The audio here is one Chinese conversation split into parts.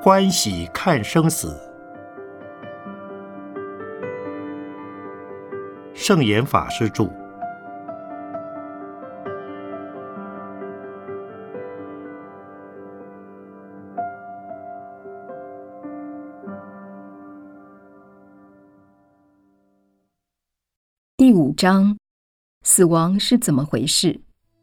欢喜看生死。圣严法师著。 第5章，死亡是怎么回事？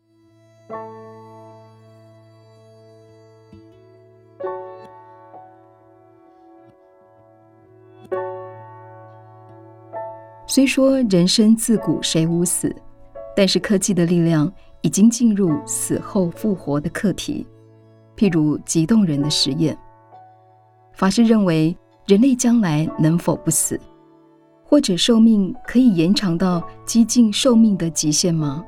虽说人生自古谁无死，但是科技的力量已经进入死后复活的课题，譬如极冻人的实验。法师认为，人类将来能否不死，或者寿命可以延长到接近寿命的极限吗？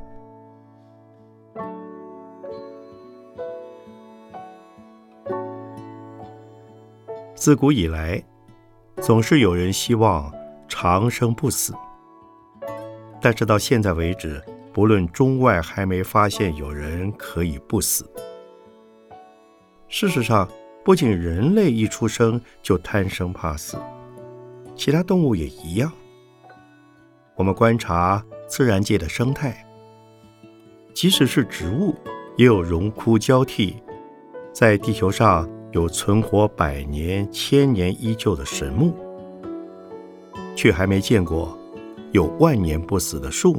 自古以来，总是有人希望长生不死，但是到现在为止，不论中外，还没发现有人可以不死。事实上，不仅人类一出生就贪生怕死，其他动物也一样。我们观察自然界的生态，即使是植物，也有荣枯交替。在地球上有存活100年、1000年依旧的神木，却还没见过有万年不死的树木。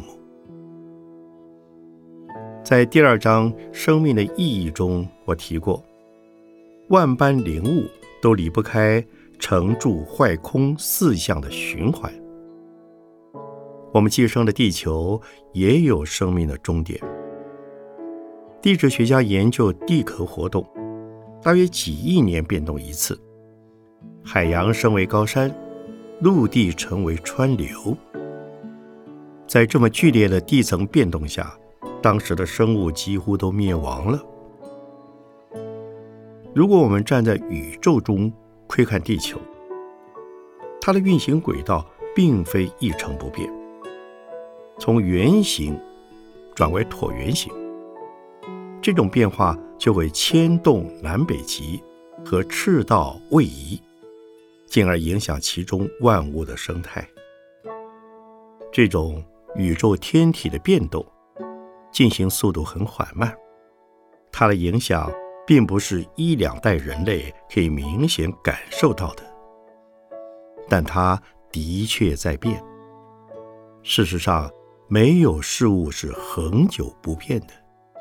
在第2章生命的意义中，我提过，万般灵物都离不开成住坏空4项的循环。我们寄生的地球也有生命的终点。地质学家研究地壳活动，大约几亿年变动一次。海洋升为高山，陆地成为川流。在这么剧烈的地层变动下，当时的生物几乎都灭亡了。如果我们站在宇宙中窥看地球，它的运行轨道并非一成不变，从圆形转为椭圆形，这种变化就会牵动南北极和赤道位移，进而影响其中万物的生态。这种宇宙天体的变动进行速度很缓慢，它的影响并不是1-2代人类可以明显感受到的，但它的确在变。事实上，没有事物是恒久不变的。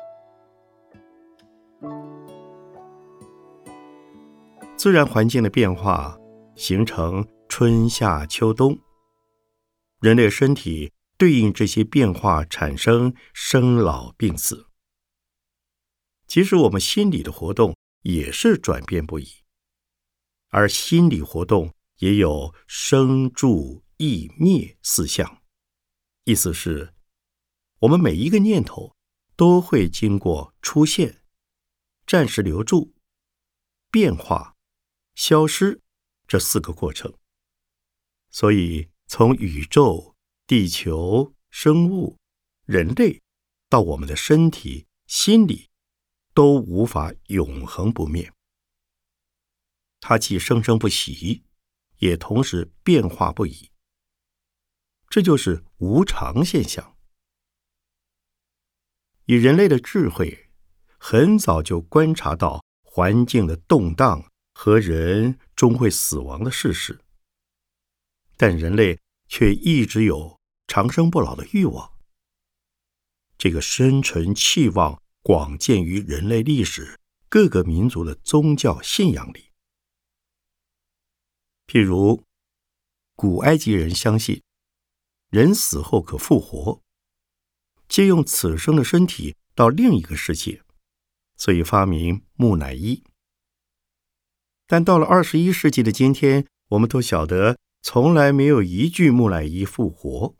自然环境的变化形成春夏秋冬，人类身体对应这些变化产生生老病死。其实我们心理的活动也是转变不已，而心理活动也有生住意灭4项，意思是我们每一个念头都会经过出现、暂时留住、变化、消失这4个过程。所以从宇宙、地球、生物、人类到我们的身体、心理，都无法永恒不灭。它既生生不息，也同时变化不已。这就是无常现象。以人类的智慧，很早就观察到环境的动荡和人终会死亡的事实，但人类却一直有长生不老的欲望。这个深沉期望广见于人类历史各个民族的宗教信仰里。譬如，古埃及人相信人死后可复活，借用此生的身体到另一个世界，所以发明木乃伊。但到了21世纪的今天，我们都晓得从来没有一具木乃伊复活。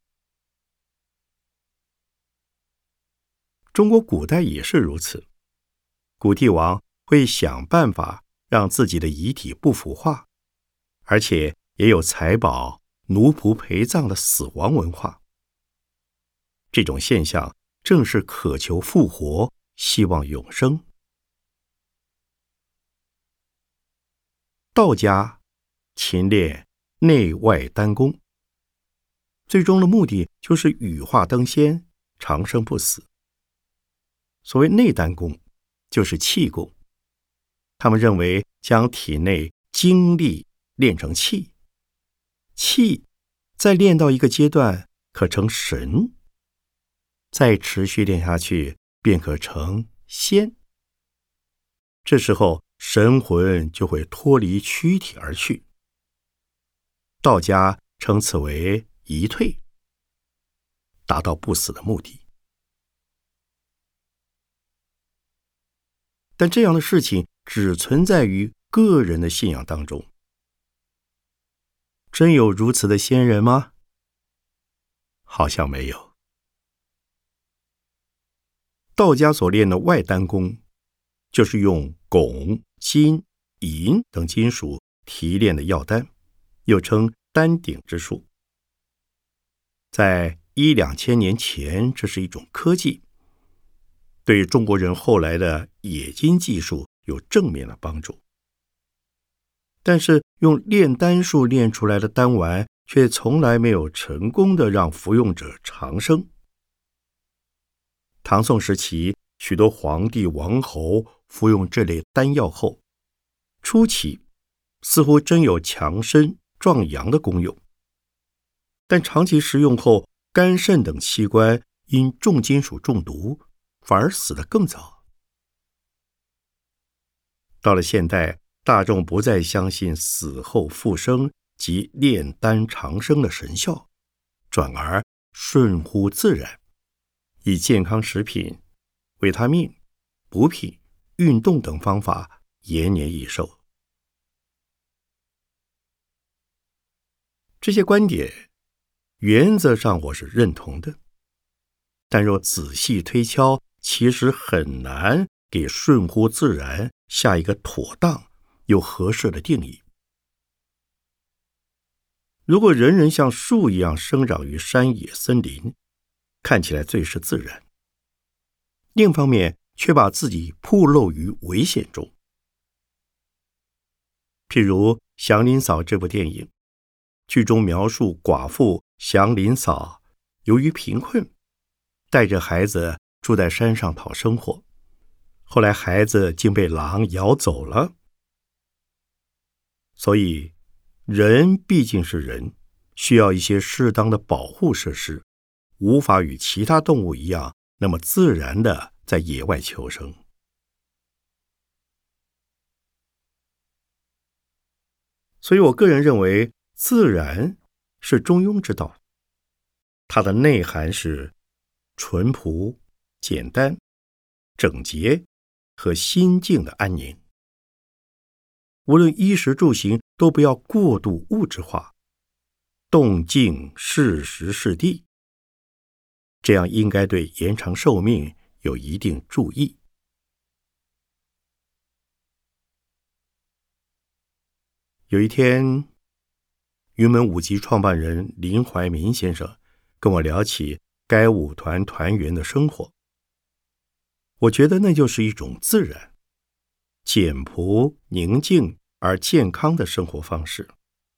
中国古代也是如此，古帝王会想办法让自己的遗体不腐化，而且也有财宝、奴仆陪葬的死亡文化。这种现象正是渴求复活，希望永生。 道家勤练内外丹功，最终的目的就是羽化登仙，长生不死。所谓内丹功，就是气功。他们认为将体内精力练成气，气再练到一个阶段可成神，再持续练下去便可成仙。这时候神魂就会脱离躯体而去。道家称此为遗退，达到不死的目的。但这样的事情只存在于个人的信仰当中。真有如此的仙人吗？好像没有。道家所练的外丹功，就是用汞、金、银等金属提炼的药丹，又称丹鼎之术。在1-2千年前，这是一种科技，对中国人后来的冶金技术有正面的帮助。但是用炼丹术炼出来的丹丸，却从来没有成功的让服用者长生。唐宋时期，许多皇帝王侯服用这类丹药后，初期似乎真有强身壮阳的功用，但长期食用后，肝肾等器官因重金属中毒，反而死得更早。到了现代，大众不再相信死后复生及炼丹长生的神效，转而顺乎自然，以健康食品、维他命、补品、运动等方法延年益寿。这些观点原则上我是认同的，但若仔细推敲，其实很难给顺乎自然下一个妥当又合适的定义。如果人人像树一样生长于山野森林，看起来最是自然，另一方面却把自己暴露于危险中。譬如《祥林嫂》这部电影，剧中描述寡妇祥林嫂由于贫困，带着孩子住在山上讨生活，后来孩子竟被狼咬走了。所以人毕竟是人，需要一些适当的保护设施，无法与其他动物一样那么自然的在野外求生。所以我个人认为，自然是中庸之道，它的内涵是淳朴、简单、整洁和心境的安宁。无论衣食住行都不要过度物质化，动静适时适地，这样应该对延长寿命有一定注意。有一天，云门舞集创办人林怀民先生跟我聊起该舞团团员的生活，我觉得那就是一种自然、简朴、宁静而健康的生活方式。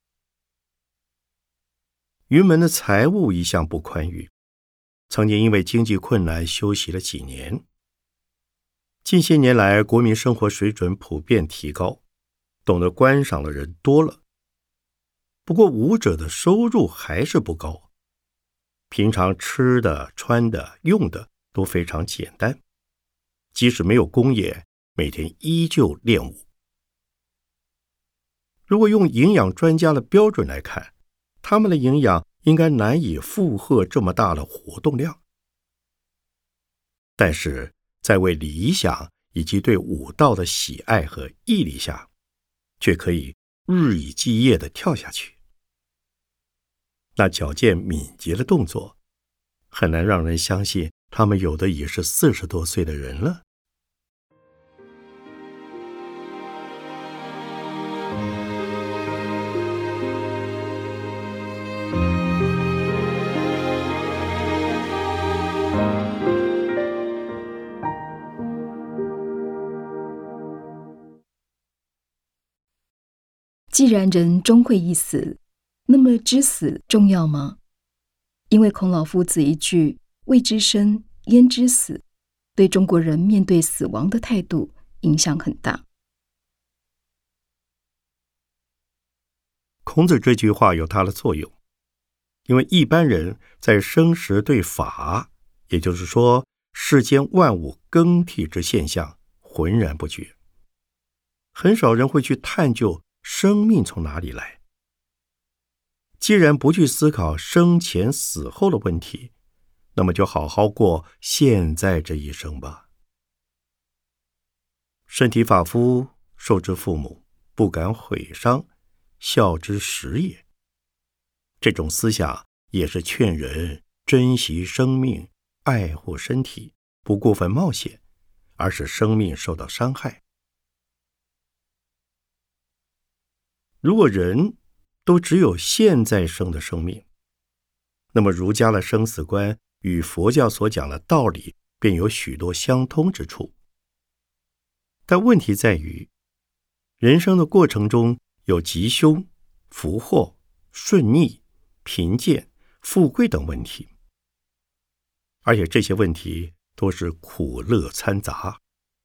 云门的财务一向不宽裕，曾经因为经济困难休息了几年。近些年来，国民生活水准普遍提高，懂得观赏的人多了。不过舞者的收入还是不高，平常吃的、穿的、用的都非常简单，即使没有工业，每天依旧练舞。如果用营养专家的标准来看，他们的营养应该难以负荷这么大的活动量。但是在为理想以及对舞蹈的喜爱和毅力下，却可以日以继夜地跳下去。那矫健敏捷的动作，很难让人相信他们有的也是40多岁的人了。 既然人终会一死，那么知死重要吗？因为孔老夫子一句“未知生，焉知死”，对中国人面对死亡的态度影响很大。 孔子这句话有它的作用，因为一般人在生时对法，也就是说世间万物更替之现象浑然不觉，很少人会去探究生命从哪里来。既然不去思考生前死后的问题，那么就好好过现在这一生吧。身体发肤，受之父母，不敢毁伤，孝之始也。这种思想也是劝人珍惜生命，爱护身体，不过分冒险，而使生命受到伤害。如果人都只有现在生的生命，那么儒家的生死观与佛教所讲的道理便有许多相通之处。但问题在于，人生的过程中有吉凶、福祸、顺逆、贫贱、富贵等问题，而且这些问题都是苦乐掺杂。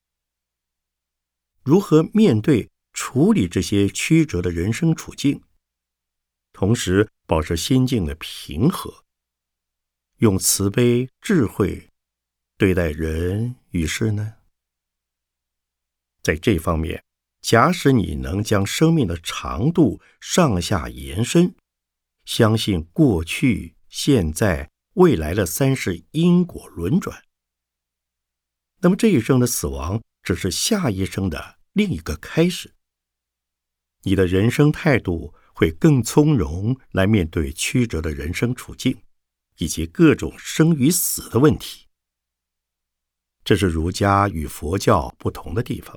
如何面对、处理这些曲折的人生处境，同时保持心境的平和，用慈悲、智慧对待人与事呢？在这方面，假使你能将生命的长度上下延伸，相信过去、现在、未来的三世因果轮转，那么这一生的死亡只是下一生的另一个开始。你的人生态度会更从容来面对曲折的人生处境，以及各种生与死的问题。这是儒家与佛教不同的地方。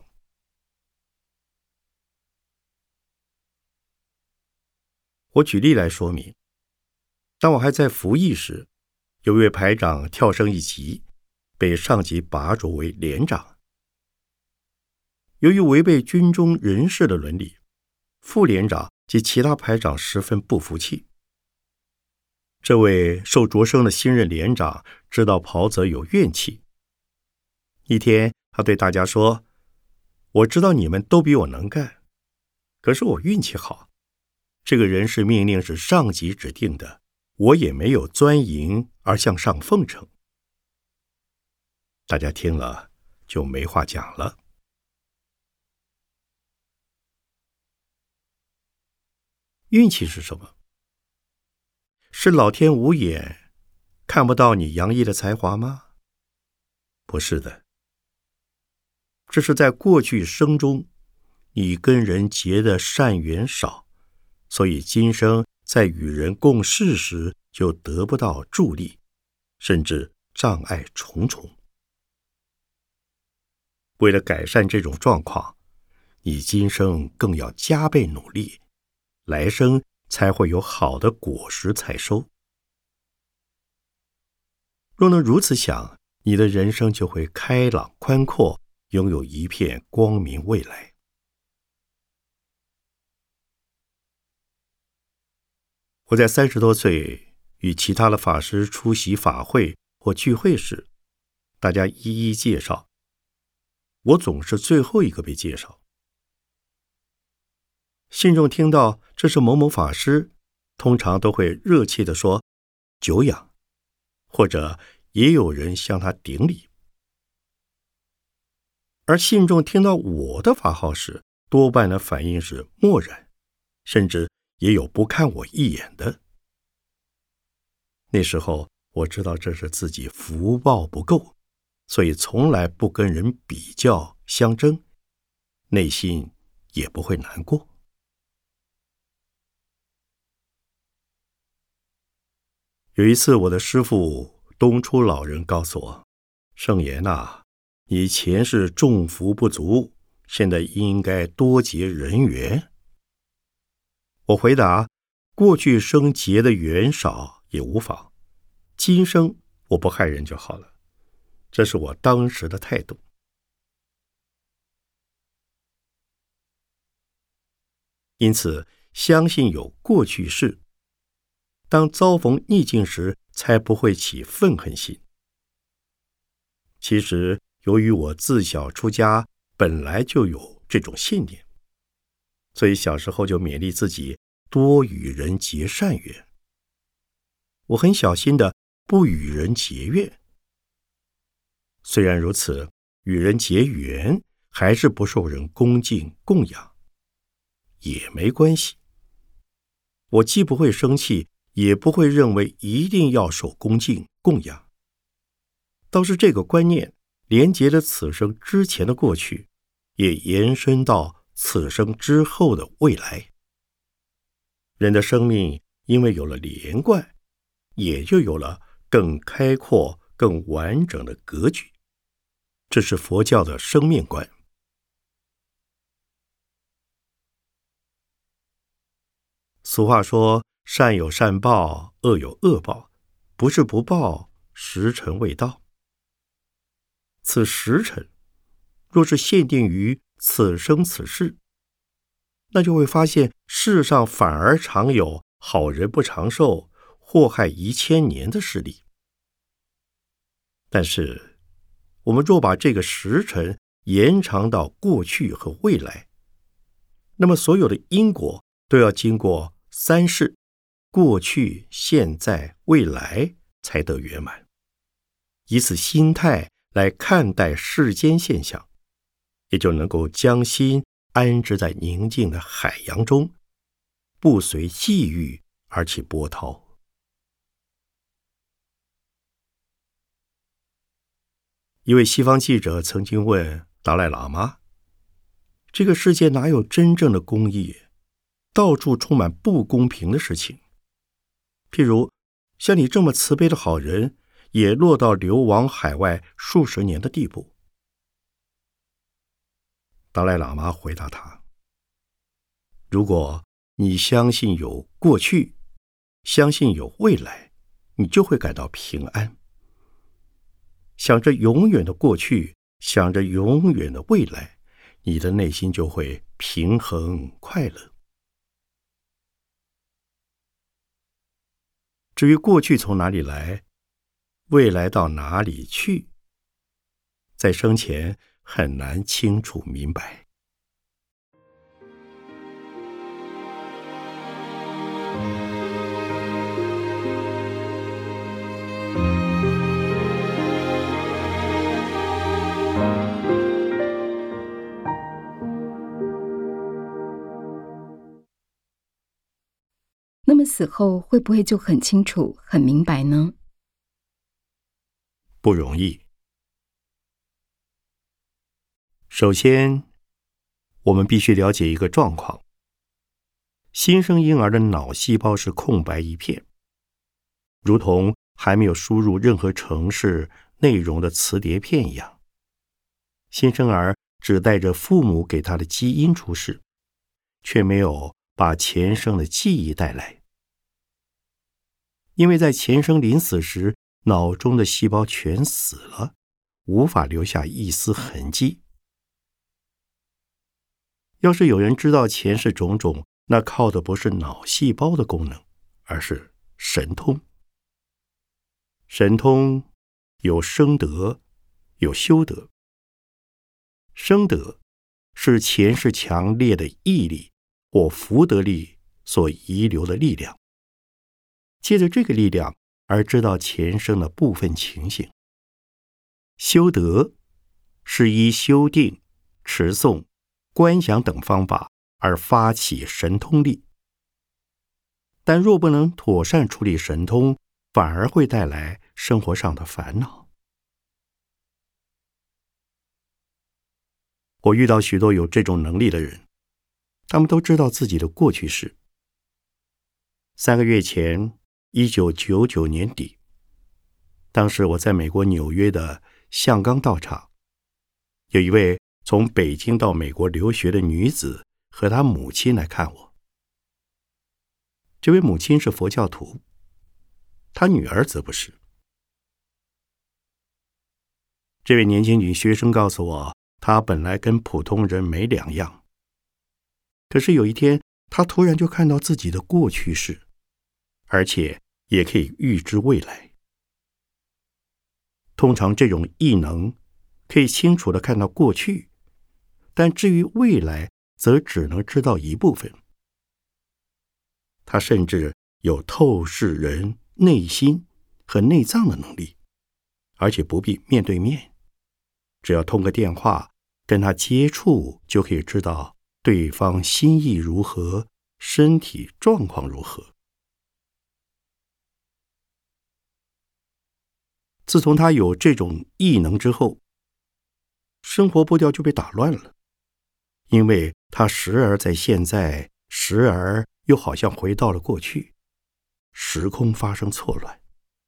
我举例来说明，当我还在服役时，有位排长跳升一级，被上级拔擢为连长。由于违背军中人事的伦理，副连长及其他排长十分不服气。这位受擢升的新任连长知道袍泽有怨气。一天，他对大家说：“我知道你们都比我能干，可是我运气好。这个人事命令是上级指定的，我也没有钻营而向上奉承。”大家听了就没话讲了。运气是什么？是老天无眼，看不到你洋溢的才华吗？不是的，这是在过去生中，你跟人结的善缘少，所以今生在与人共事时就得不到助力，甚至障碍重重。为了改善这种状况，你今生更要加倍努力，来生才会有好的果实采收。若能如此想，你的人生就会开朗宽阔，拥有一片光明未来。我在30多岁与其他的法师出席法会或聚会时，大家一一介绍，我总是最后一个被介绍。信众听到这是某某法师，通常都会热切地说久仰，或者也有人向他顶礼。而信众听到我的法号时，多半的反应是漠然，甚至也有不看我一眼的。那时候我知道这是自己福报不够，所以从来不跟人比较相争，内心也不会难过。有一次，我的师父东初老人告诉我：“圣严呐，你前世重福不足，现在应该多结人缘。”我回答：“过去生结的缘少也无妨，今生我不害人就好了。”这是我当时的态度。 因此相信有过去式，当遭逢逆境时才不会起愤恨心。其实由于我自小出家，本来就有这种信念，所以小时候就勉励自己多与人结善缘。我很小心的不与人结怨。虽然如此，与人结缘还是不受人恭敬供养，也没关系。我既不会生气，也不会认为一定要受恭敬供养。倒是这个观念连结了此生之前的过去，也延伸到此生之后的未来。人的生命因为有了连贯，也就有了更开阔、更完整的格局。这是佛教的生命观。俗话说，善有善报，恶有恶报，不是不报，时辰未到。此时辰若是限定于此生此世，那就会发现世上反而常有好人不长寿、祸害1000年的事例。但是我们若把这个时辰延长到过去和未来，那么所有的因果都要经过3世，过去、现在、未来才得圆满。以此心态来看待世间现象，也就能够将心安置在宁静的海洋中，不随际遇而起波涛。一位西方记者曾经问达赖喇嘛，这个世界哪有真正的公义？到处充满不公平的事情。譬如像你这么慈悲的好人，也落到流亡海外数十年的地步。达赖喇嘛回答他，如果你相信有过去，相信有未来，你就会感到平安。想着永远的过去，想着永远的未来，你的内心就会平衡快乐。至于过去从哪里来，未来到哪里去，在生前很难清楚明白。 那么死后会不会就很清楚、很明白呢？ 不容易。首先，我们必须了解一个状况：新生婴儿的脑细胞是空白一片，如同还没有输入任何程式内容的磁碟片一样。新生儿只带着父母给他的基因出世，却没有把前生的记忆带来。因为在前生临死时，脑中的细胞全死了，无法留下一丝痕迹。要是有人知道前世种种，那靠的不是脑细胞的功能，而是神通。神通有生德，有修德。生德是前世强烈的毅力或福德力所遗留的力量，借着这个力量而知道前生的部分情形。修德是依修定、持诵、观想等方法而发起神通力，但若不能妥善处理神通，反而会带来生活上的烦恼。我遇到许多有这种能力的人，他们都知道自己的过去式。3个月前，1999年底，当时我在美国纽约的象冈道场，有一位从北京到美国留学的女子和她母亲来看我。这位母亲是佛教徒，她女儿则不是。这位年轻女学生告诉我，她本来跟普通人没两样，可是有一天， 他突然就看到自己的过去式，而且也可以预知未来。通常这种异能可以清楚地看到过去，但至于未来则只能知道一部分。他甚至有透视人内心和内脏的能力，而且不必面对面，只要通过电话跟他接触，就可以知道对方心意如何，身体状况如何。自从他有这种异能之后，生活步调就被打乱了，因为他时而在现在，时而又好像回到了过去，时空发生错乱。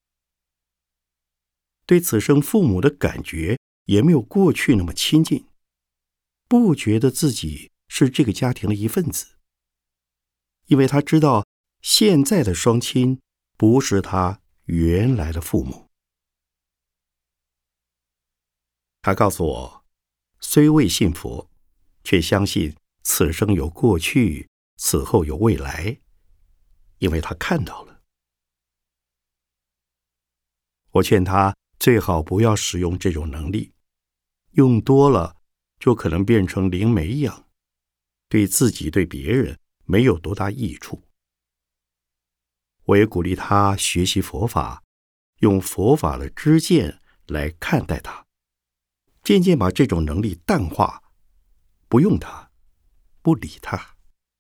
对此生父母的感觉也没有过去那么亲近，不觉得自己是这个家庭的一份子，因为他知道现在的双亲不是他原来的父母。他告诉我，虽未信佛，却相信此生有过去，此后有未来，因为他看到了。我劝他最好不要使用这种能力，用多了就可能变成灵媒一样，对自己对别人没有多大益处。我也鼓励他学习佛法，用佛法的知见来看待它，渐渐把这种能力淡化，不用它，不理它。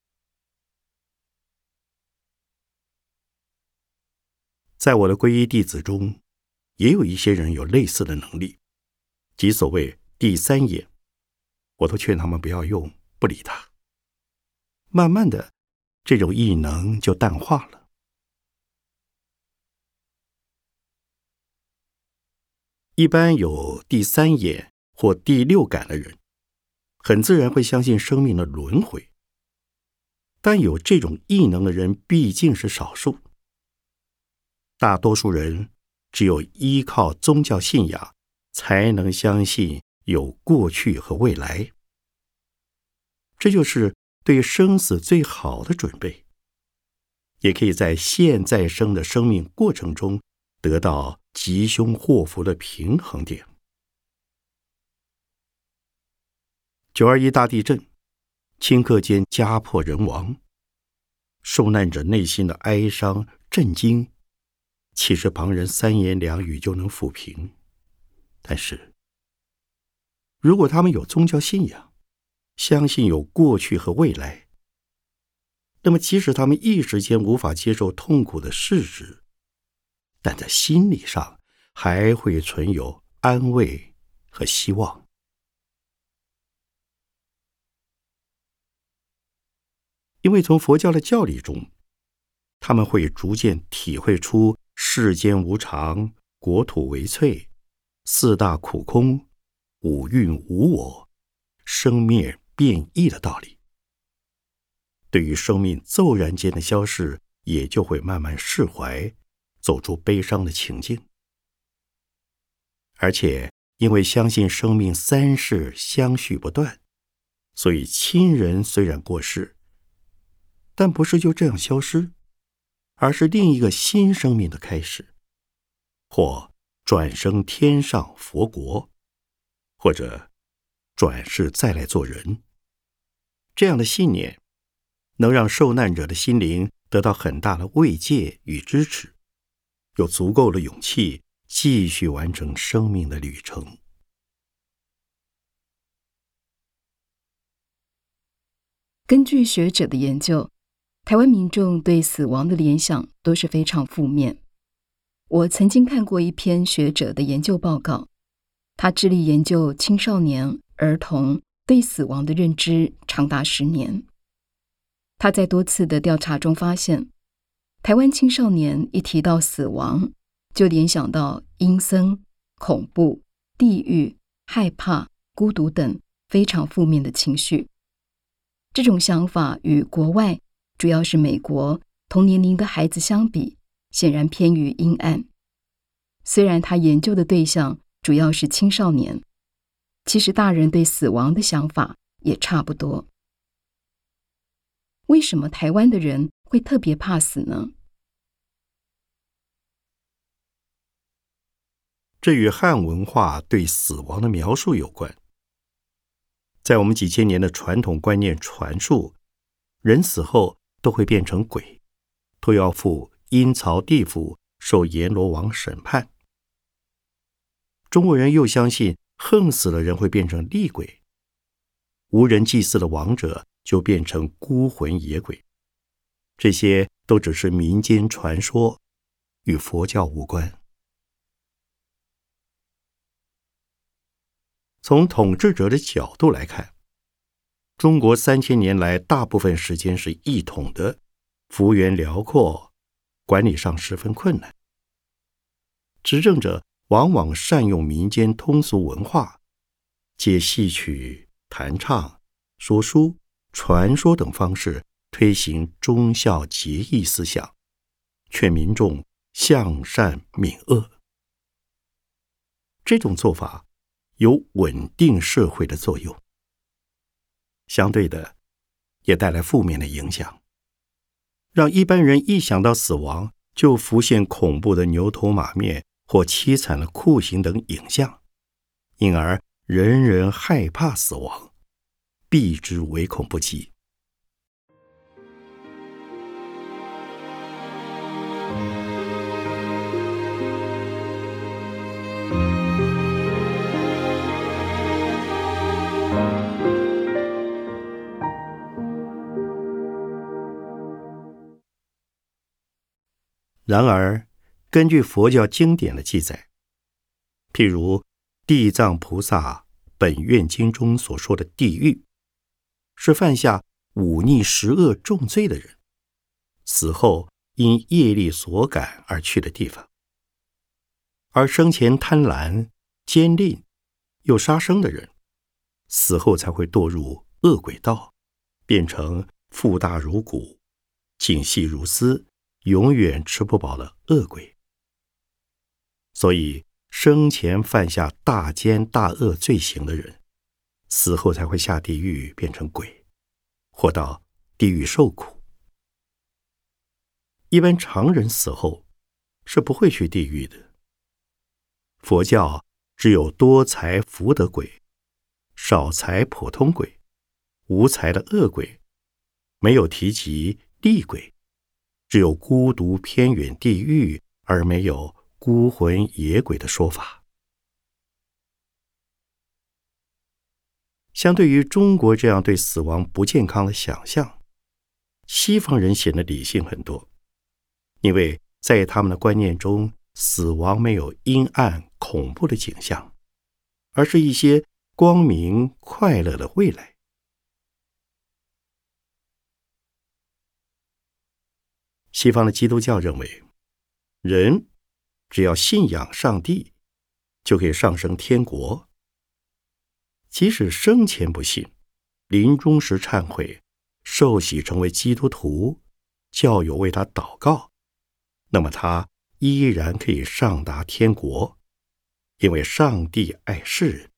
在我的皈依弟子中，也有一些人有类似的能力，即所谓第三眼，我都劝他们不要用，不理他。慢慢的，这种异能就淡化了。一般有第三眼或第六感的人，很自然会相信生命的轮回，但有这种异能的人毕竟是少数。大多数人只有依靠宗教信仰，才能相信有过去和未来。这就是对生死最好的准备，也可以在现在生的生命过程中得到吉凶祸福的平衡点。921大地震，顷刻间家破人亡，受难者内心的哀伤、震惊，其实旁人三言两语就能抚平。但是，如果他们有宗教信仰，相信有过去和未来，那么即使他们一时间无法接受痛苦的事实，但在心理上还会存有安慰和希望。因为从佛教的教理中，他们会逐渐体会出世间无常、国土为脆、四大苦空、五蕴无我、生灭变异的道理。对于生命骤然间的消逝，也就会慢慢释怀，走出悲伤的情境。而且因为相信生命三世相续不断，所以亲人虽然过世，但不是就这样消失，而是另一个新生命的开始，或转生天上佛国，或者转世再来做人。这样的信念能让受难者的心灵得到很大的慰藉与支持，有足够的勇气继续完成生命的旅程。 根据学者的研究，台湾民众对死亡的联想都是非常负面。我曾经看过一篇学者的研究报告，他致力研究青少年、儿童对死亡的认知长达10年。他在多次的调查中发现，台湾青少年一提到死亡，就联想到阴森、恐怖、地狱、害怕、孤独等非常负面的情绪。这种想法与国外，主要是美国同年龄的孩子相比，显然偏于阴暗。虽然他研究的对象主要是青少年，其实大人对死亡的想法也差不多。 为什么台湾的人会特别怕死呢？ 这与汉文化对死亡的描述有关。在我们几千年的传统观念传述，人死后都会变成鬼，都要赴阴曹地府受阎罗王审判。中国人又相信横死的人会变成厉鬼，无人祭祀的亡者就变成孤魂野鬼。这些都只是民间传说，与佛教无关。从统治者的角度来看，中国3000年来大部分时间是一统的，幅员辽阔，管理上十分困难。执政者往往善用民间通俗文化，借戏曲、弹唱、说书、传说等方式推行忠孝节义思想，劝民众向善泯恶。这种做法有稳定社会的作用，相对的也带来负面的影响，让一般人一想到死亡就浮现恐怖的牛头马面或凄惨的酷刑等影像，因而人人害怕死亡，避之唯恐不及。然而，根据佛教经典的记载，譬如《地藏菩萨本愿经》中所说的地狱，是犯下忤逆十恶重罪的人死后因业力所感而去的地方，而生前贪婪、奸吝又杀生的人，死后才会堕入恶鬼道，变成腹大如鼓、颈细如丝、永远吃不饱的恶鬼。所以生前犯下大奸大恶罪行的人，死后才会下地狱变成鬼，或到地狱受苦。一般常人死后是不会去地狱的。佛教只有多财福德鬼、少财普通鬼、无财的恶鬼，没有提及厉鬼，只有孤独偏远地狱，而没有孤魂野鬼的说法。相对于中国这样对死亡不健康的想象，西方人显得理性很多，因为在他们的观念中，死亡没有阴暗恐怖的景象，而是一些光明快乐的未来。西方的基督教认为，人只要信仰上帝，就可以上升天国。即使生前不信，临终时忏悔，受洗成为基督徒，教友为他祷告，那么他依然可以上达天国，因为上帝爱世人。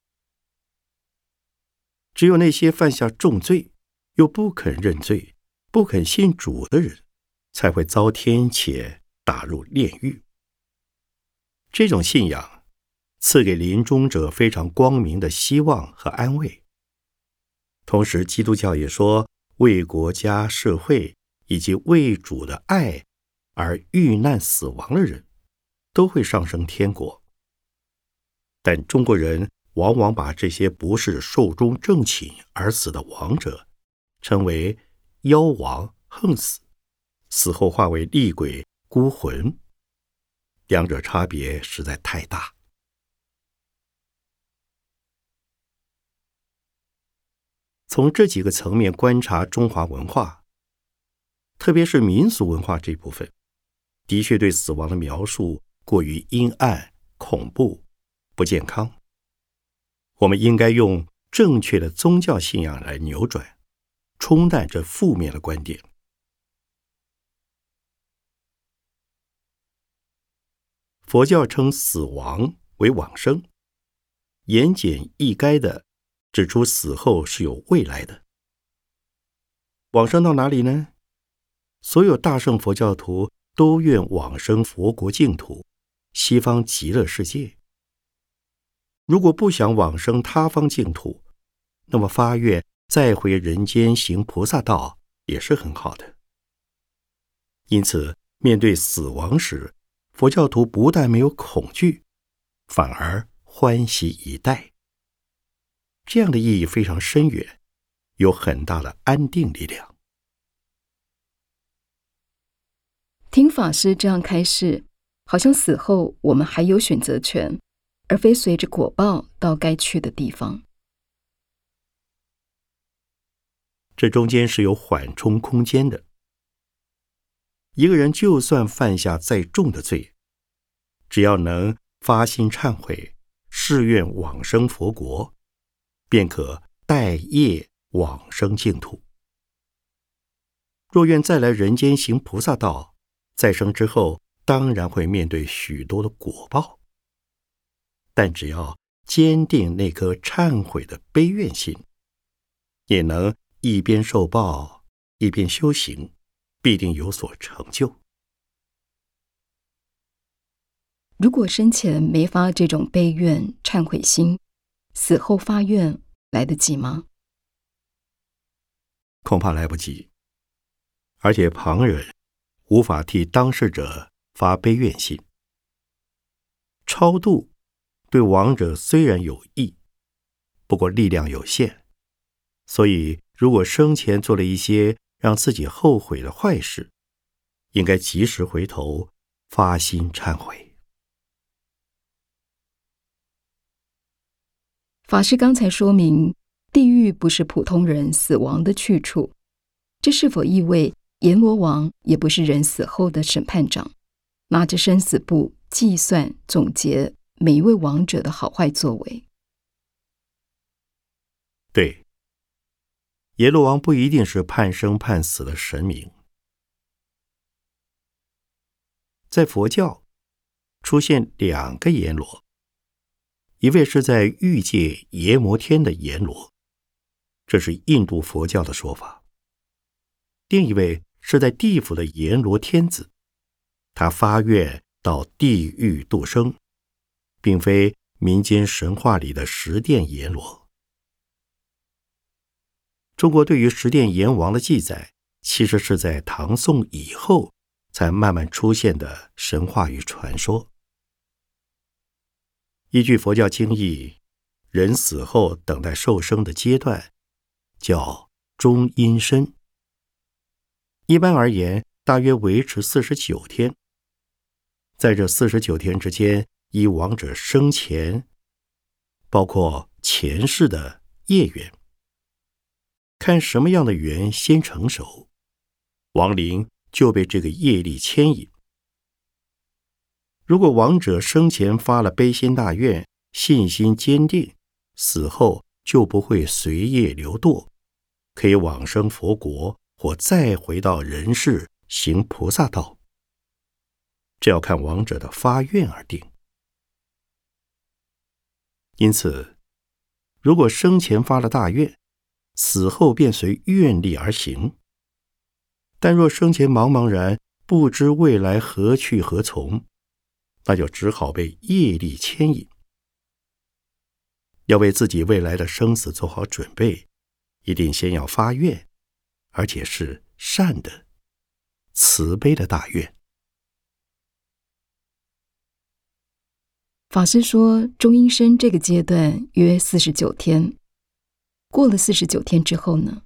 只有那些犯下重罪又不肯认罪、不肯信主的人，才会遭天谴，打入炼狱。这种信仰赐给临终者非常光明的希望和安慰。同时，基督教也说，为国家、社会以及为主的爱而遇难死亡的人，都会上升天国。但中国人往往把这些不是寿终正寝而死的亡者，称为妖王、横死，死后化为厉鬼、孤魂，两者差别实在太大。从这几个层面观察中华文化，特别是民俗文化这部分，的确对死亡的描述过于阴暗、恐怖、不健康。我们应该用正确的宗教信仰来扭转、冲淡这负面的观点。佛教称死亡为往生，言简意赅的指出死后是有未来的。 往生到哪里呢？所有大乘佛教徒都愿往生佛国净土，西方极乐世界。如果不想往生他方净土，那么发愿再回人间行菩萨道也是很好的。因此，面对死亡时，佛教徒不但没有恐惧，反而欢喜以待。这样的意义非常深远，有很大的安定力量。 听法师这样开示，好像死后我们还有选择权，而非随着果报到该去的地方。 这中间是有缓冲空间的。一个人就算犯下再重的罪，只要能发心忏悔，誓愿往生佛国，便可带业往生净土。若愿再来人间行菩萨道，再生之后当然会面对许多的果报，但只要坚定那颗忏悔的悲愿心，也能一边受报一边修行，必定有所成就。 如果生前没发这种悲愿忏悔心，死后发愿来得及吗？ 恐怕来不及，而且旁人无法替当事者发悲愿心。超度对亡者虽然有益，不过力量有限，所以如果生前做了一些让自己后悔的坏事，应该及时回头发心忏悔。 法师刚才说明，地狱不是普通人死亡的去处，这是否意味阎罗王也不是人死后的审判长，拿着生死簿计算总结每一位亡者的好坏作为？ 对，阎罗王不一定是判生判死的神明。在佛教出现2个阎罗，一位是在欲界阎摩天的阎罗，这是印度佛教的说法；另一位是在地府的阎罗天子，他发愿到地狱度生，并非民间神话里的十殿阎罗。中国对于十殿阎王的记载，其实是在唐宋以后才慢慢出现的神话与传说。依据佛教经义，人死后等待受生的阶段叫中阴身，一般而言大约维持49天。在这49天之间，依亡者生前包括前世的业缘，看什么样的缘先成熟，亡灵就被这个业力牵引。如果亡者生前发了悲心大愿，信心坚定，死后就不会随业流堕，可以往生佛国或再回到人世行菩萨道。这要看亡者的发愿而定。因此，如果生前发了大愿，死后便随愿力而行；但若生前茫茫然不知未来何去何从，那就只好被业力牵引。要为自己未来的生死做好准备，一定先要发愿，而且是善的、慈悲的大愿。 法师说，中阴身这个阶段约49天，过了49天之后呢？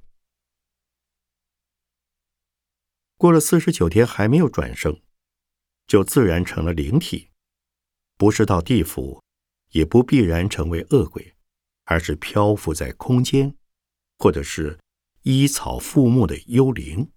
过了49天还没有转生，就自然成了灵体，不是到地府，也不必然成为恶鬼，而是漂浮在空间，或者是依草附木的幽灵。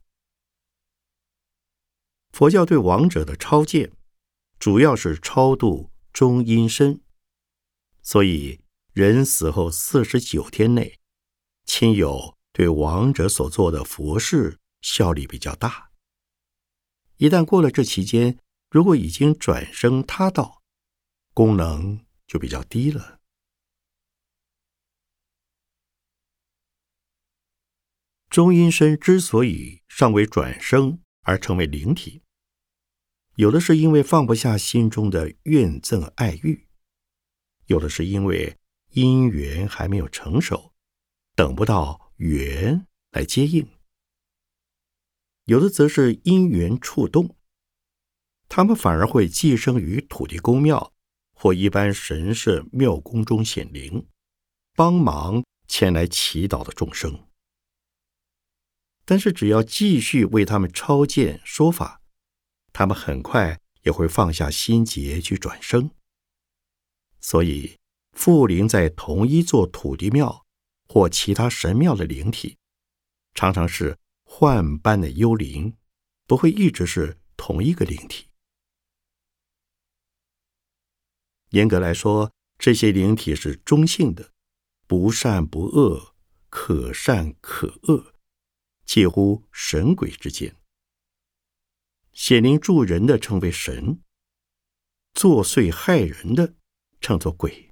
佛教对亡者的超荐，主要是超度中阴身，所以人死后49天内，亲友对亡者所做的佛事效力比较大。一旦过了这期间，如果已经转生他道，功能就比较低了。 中阴身之所以尚未转生而成为灵体，有的是因为放不下心中的怨憎爱欲，有的是因为因缘还没有成熟，等不到缘来接应，有的则是因缘触动，他们反而会寄生于土地公庙或一般神社庙宫中显灵，帮忙前来祈祷的众生。但是只要继续为他们超荐说法，他们很快也会放下心结去转生。所以附灵在同一座土地庙或其他神庙的灵体，常常是换班的幽灵，不会一直是同一个灵体。严格来说，这些灵体是中性的，不善不恶，可善可恶，介乎神鬼之间。显灵助人的称为神，作祟害人的称作鬼。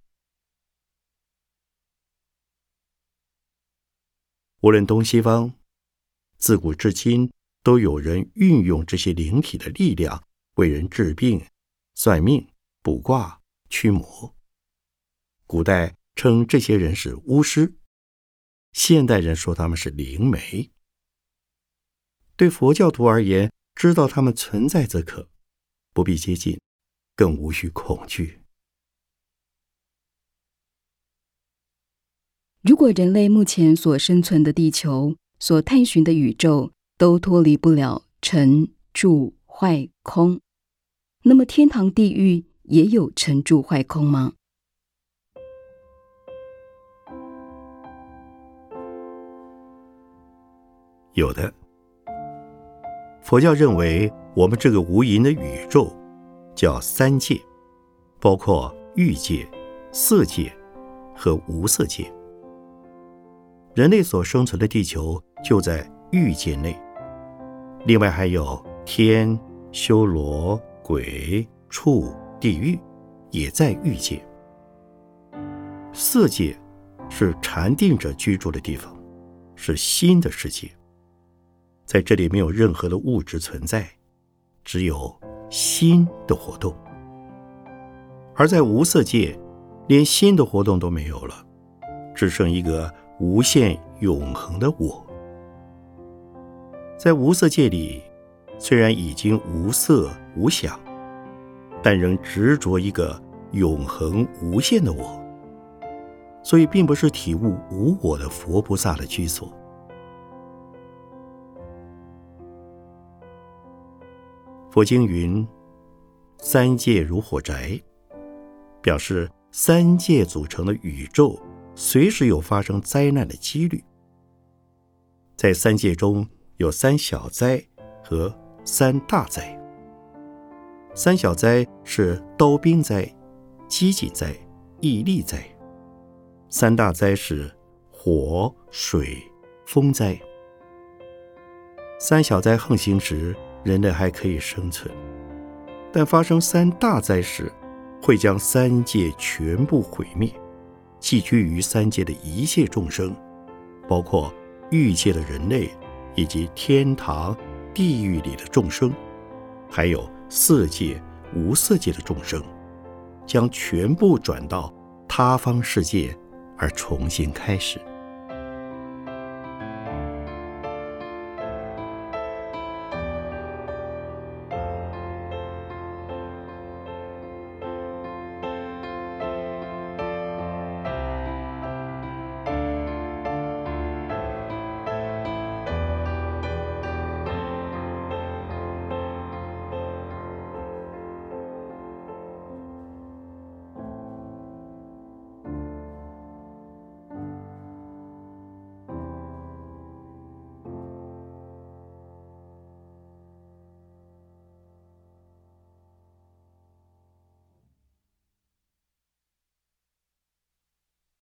无论东西方，自古至今都有人运用这些灵体的力量为人治病、算命、卜卦、驱魔。古代称这些人是巫师，现代人说他们是灵媒。对佛教徒而言，知道他们存在则可，不必接近，更无需恐惧。 如果人类目前所生存的地球、所探寻的宇宙都脱离不了成、住、坏、空，那么天堂、地狱也有成、住、坏、空吗？ 有的。佛教认为我们这个无垠的宇宙叫三界，包括欲界、色界和无色界。人类所生存的地球就在欲界内，另外还有天、修罗、鬼、畜、地狱也在欲界。色界是禅定者居住的地方，是心的世界，在这里没有任何的物质存在，只有心的活动。而在无色界，连心的活动都没有了，只剩一个无限永恒的我。在无色界里，虽然已经无色无想，但仍执着一个永恒无限的我，所以并不是体悟无我的佛菩萨的居所。佛经云：三界如火宅，表示三界组成的宇宙随时有发生灾难的几率。在三界中有三小灾和三大灾。三小灾是刀兵灾、饥馑灾、疫痢灾。三大灾是火、水、风灾。三小灾横行时，人类还可以生存，但发生三大灾时，会将三界全部毁灭，寄居于三界的一切众生，包括欲界的人类，以及天堂、地狱里的众生，还有色界、无色界的众生，将全部转到他方世界而重新开始。